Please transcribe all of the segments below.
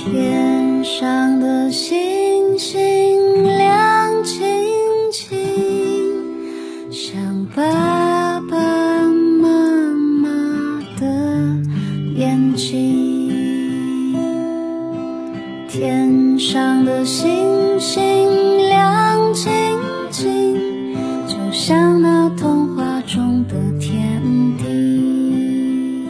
天上的星星亮晶晶，像爸爸妈妈的眼睛。天上的星星亮晶晶，就像那童话中的天地。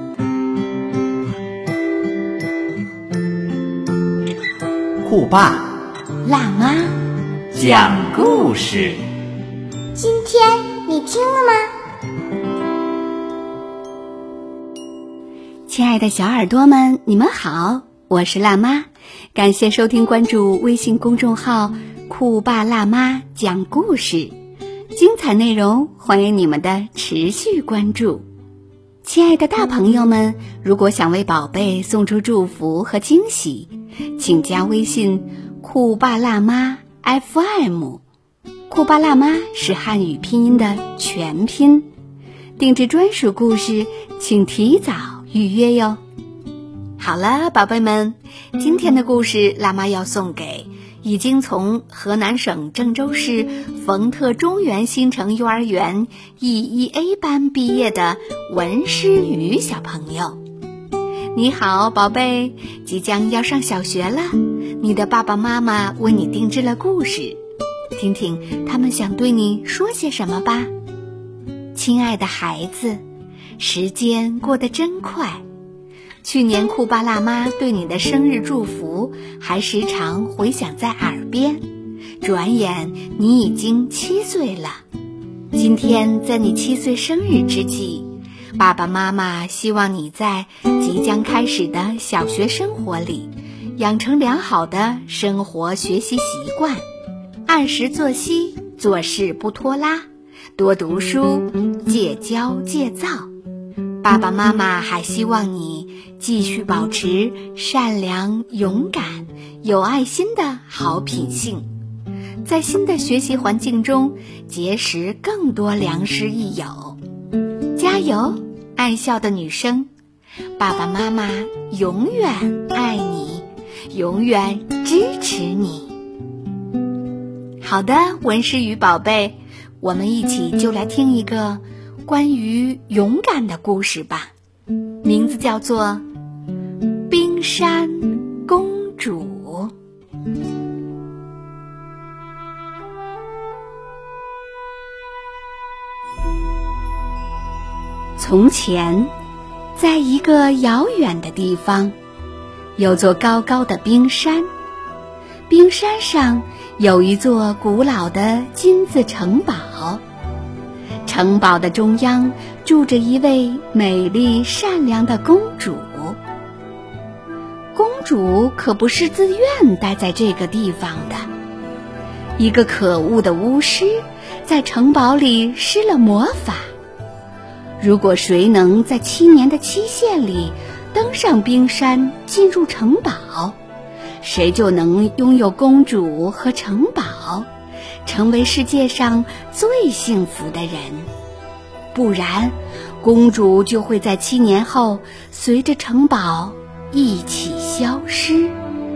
酷爸辣妈讲故事。 今天你听了吗？ 亲爱的小耳朵们，你们好，我是辣妈，感谢收听关注微信公众号酷爸辣妈讲故事，精彩内容欢迎你们的持续关注。亲爱的大朋友们，如果想为宝贝送出祝福和惊喜，请加微信酷爸辣妈 FM， 酷爸辣妈是汉语拼音的全拼，定制专属故事请提早预约哟。好了，宝贝们，今天的故事辣妈要送给已经从河南省郑州市冯特中原新城幼儿园 E1A 班毕业的文诗雨小朋友。你好，宝贝，即将要上小学了，你的爸爸妈妈为你定制了故事，听听他们想对你说些什么吧。亲爱的孩子，时间过得真快，去年酷爸辣妈对你的生日祝福还时常回响在耳边，转眼你已经7岁了。今天在你7岁生日之际，爸爸妈妈希望你在即将开始的小学生活里养成良好的生活学习习惯，按时作息，做事不拖拉，多读书，戒骄戒躁。爸爸妈妈还希望你继续保持善良、勇敢、有爱心的好品性，在新的学习环境中结识更多良师益友。加油，爱笑的女生！爸爸妈妈永远爱你，永远支持你。好的，文诗雨宝贝，我们一起就来听一个关于勇敢的故事吧，名字叫做《冰山公主》。从前，在一个遥远的地方，有座高高的冰山，冰山上有一座古老的金字城堡，城堡的中央住着一位美丽善良的公主。公主可不是自愿待在这个地方的，一个可恶的巫师在城堡里施了魔法，如果谁能在7年的期限里登上冰山进入城堡，谁就能拥有公主和城堡，成为世界上最幸福的人。不然，公主就会在7年后随着城堡一起消失。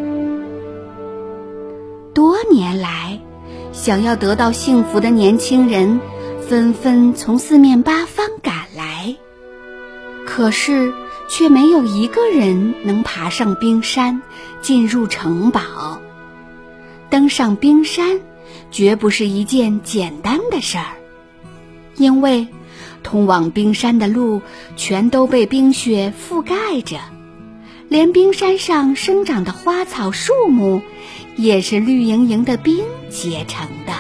多年来，想要得到幸福的年轻人纷纷从四面八方赶来，可是却没有一个人能爬上冰山进入城堡。登上冰山绝不是一件简单的事儿，因为通往冰山的路全都被冰雪覆盖着，连冰山上生长的花草树木也是绿莹莹的冰结成的。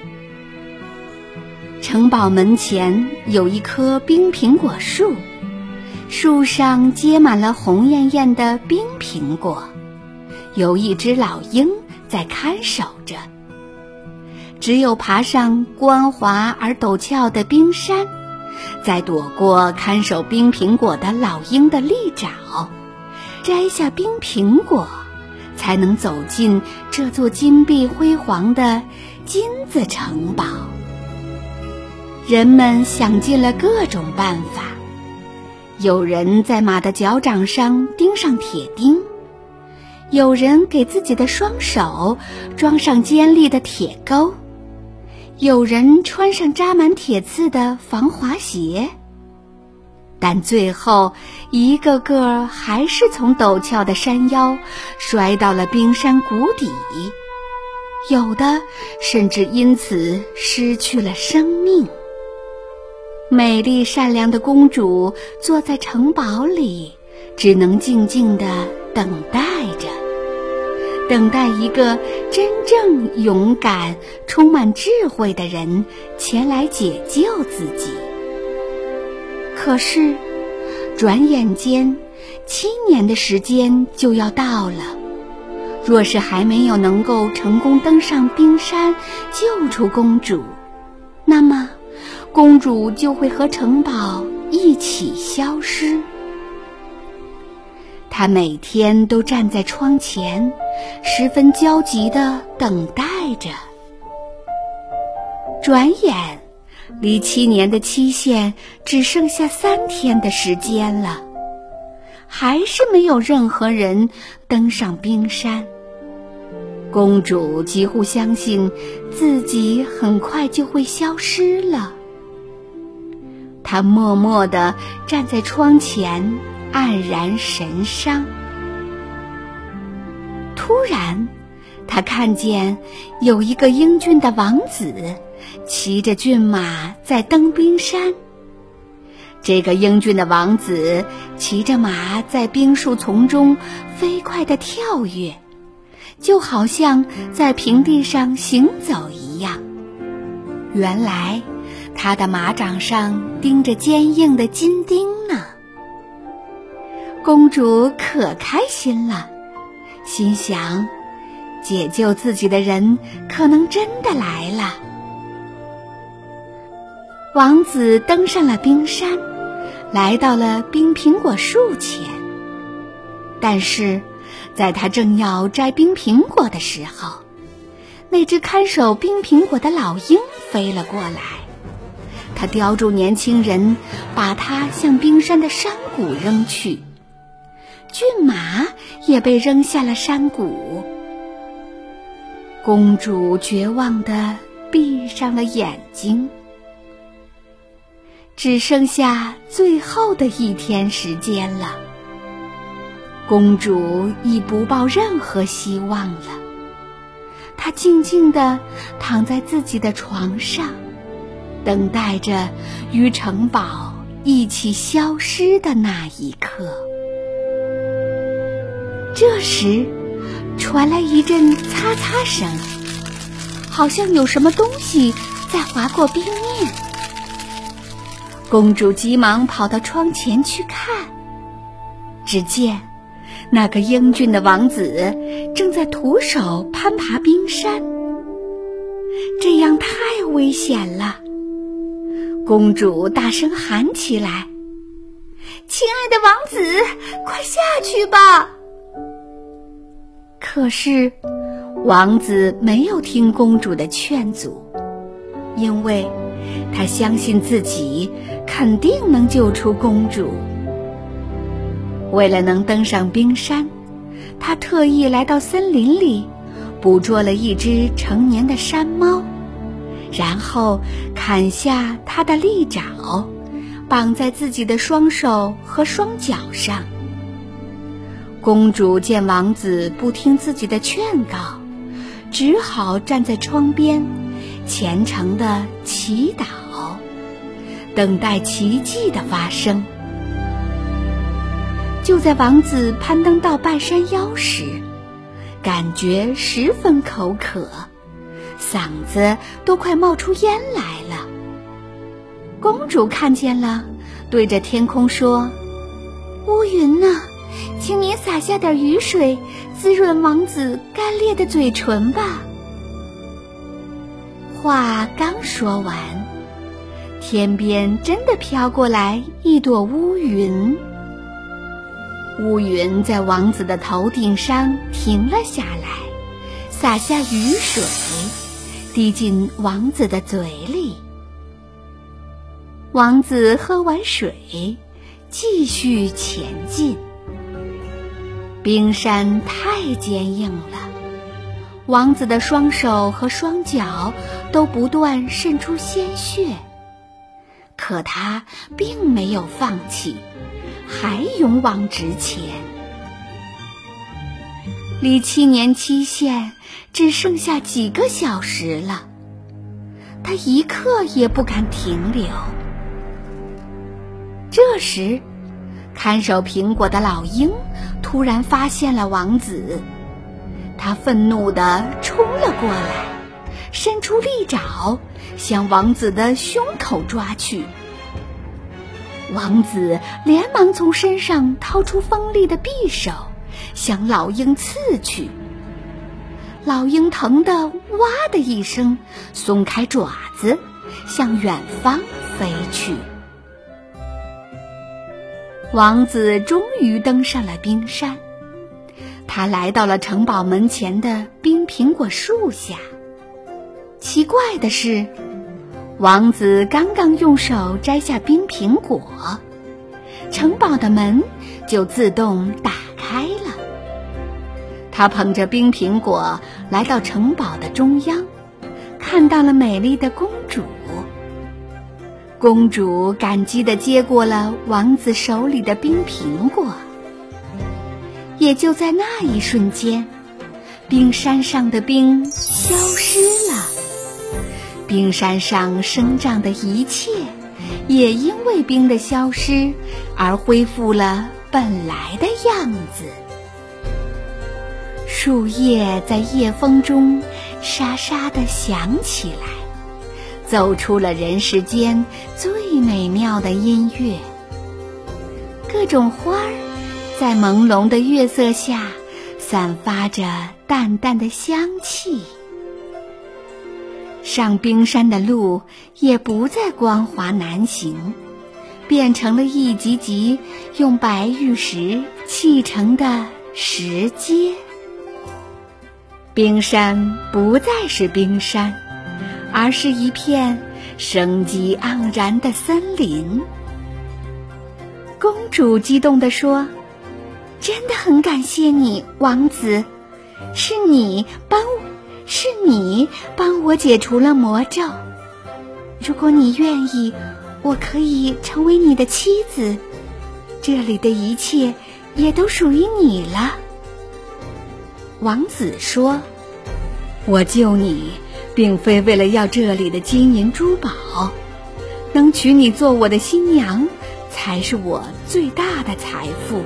城堡门前有一棵冰苹果树，树上结满了红艳艳的冰苹果，有一只老鹰在看守着。只有爬上光滑而陡峭的冰山，再躲过看守冰苹果的老鹰的利爪，摘下冰苹果，才能走进这座金碧辉煌的金字城堡。人们想尽了各种办法，有人在马的脚掌上钉上铁钉， 有人给自己的双手装上尖利的铁钩，有人穿上扎满铁刺的防滑鞋，但最后一个个还是从陡峭的山腰摔到了冰山谷底，有的甚至因此失去了生命。美丽善良的公主坐在城堡里，只能静静地等待着，等待一个真正勇敢、充满智慧的人前来解救自己。可是，转眼间7年的时间就要到了，若是还没有能够成功登上冰山救出公主，那么公主就会和城堡一起消失。她每天都站在窗前，十分焦急地等待着。转眼，离7年的期限只剩下3天的时间了，还是没有任何人登上冰山。公主几乎相信自己很快就会消失了。她默默地站在窗前，黯然神伤。突然，她看见有一个英俊的王子骑着骏马在登冰山。这个英俊的王子骑着马在冰树丛中飞快地跳跃，就好像在平地上行走一样。原来他的马掌上钉着坚硬的金钉呢。公主可开心了，心想，解救自己的人可能真的来了。王子登上了冰山，来到了冰苹果树前。但是在他正要摘冰苹果的时候，那只看守冰苹果的老鹰飞了过来。他叼住年轻人，把他向冰山的山谷扔去。骏马也被扔下了山谷。公主绝望地闭上了眼睛。只剩下最后的1天时间了。公主已不抱任何希望了。她静静地躺在自己的床上，等待着与城堡一起消失的那一刻。这时，传来一阵擦擦声，好像有什么东西在划过冰面。公主急忙跑到窗前去看，只见那个英俊的王子正在徒手攀爬冰山，这样太危险了。公主大声喊起来：“亲爱的王子，快下去吧！”可是王子没有听公主的劝阻，因为他相信自己肯定能救出公主。为了能登上冰山，他特意来到森林里，捕捉了一只成年的山猫，然后砍下它的利爪，绑在自己的双手和双脚上。公主见王子不听自己的劝告，只好站在窗边，虔诚地祈祷，等待奇迹的发生。就在王子攀登到半山腰时，感觉十分口渴，嗓子都快冒出烟来了。公主看见了，对着天空说：“乌云呢？请你洒下点雨水，滋润王子干裂的嘴唇吧。”话刚说完，天边真的飘过来一朵乌云。乌云在王子的头顶上停了下来，洒下雨水，滴进王子的嘴里。王子喝完水，继续前进。 冰山太坚硬了，王子的双手和双脚都不断渗出鲜血，可他并没有放弃，还勇往直前。离7年期限只剩下几个小时了，他一刻也不敢停留。这时，看守苹果的老鹰突然发现了王子，他愤怒地冲了过来，伸出利爪向王子的胸口抓去。王子连忙从身上掏出锋利的匕首，向老鹰刺去。老鹰疼得哇的一声，松开爪子，向远方飞去。王子终于登上了冰山，他来到了城堡门前的冰苹果树下。奇怪的是，王子刚刚用手摘下冰苹果，城堡的门就自动打开了。他捧着冰苹果来到城堡的中央，看到了美丽的公主。公主感激地接过了王子手里的冰苹果。也就在那一瞬间，冰山上的冰消失了，冰山上生长的一切也因为冰的消失而恢复了本来的样子。树叶在夜风中沙沙地响起来，奏出了人世间最美妙的音乐。各种花儿在朦胧的月色下散发着淡淡的香气。上冰山的路也不再光滑难行，变成了一级级用白玉石砌成的石阶。冰山不再是冰山，而是一片生机盎然的森林。公主激动地说：“真的很感谢你，王子，是你帮我解除了魔咒。如果你愿意，我可以成为你的妻子，这里的一切也都属于你了。”王子说：“我救你并非为了要这里的金银珠宝，能娶你做我的新娘才是我最大的财富。”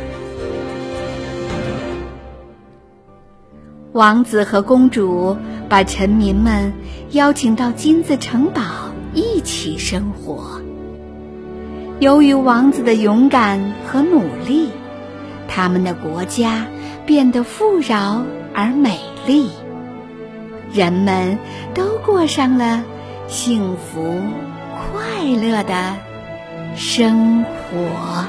王子和公主把臣民们邀请到金子城堡一起生活。由于王子的勇敢和努力，他们的国家变得富饶而美丽，人们都过上了幸福快乐的生活。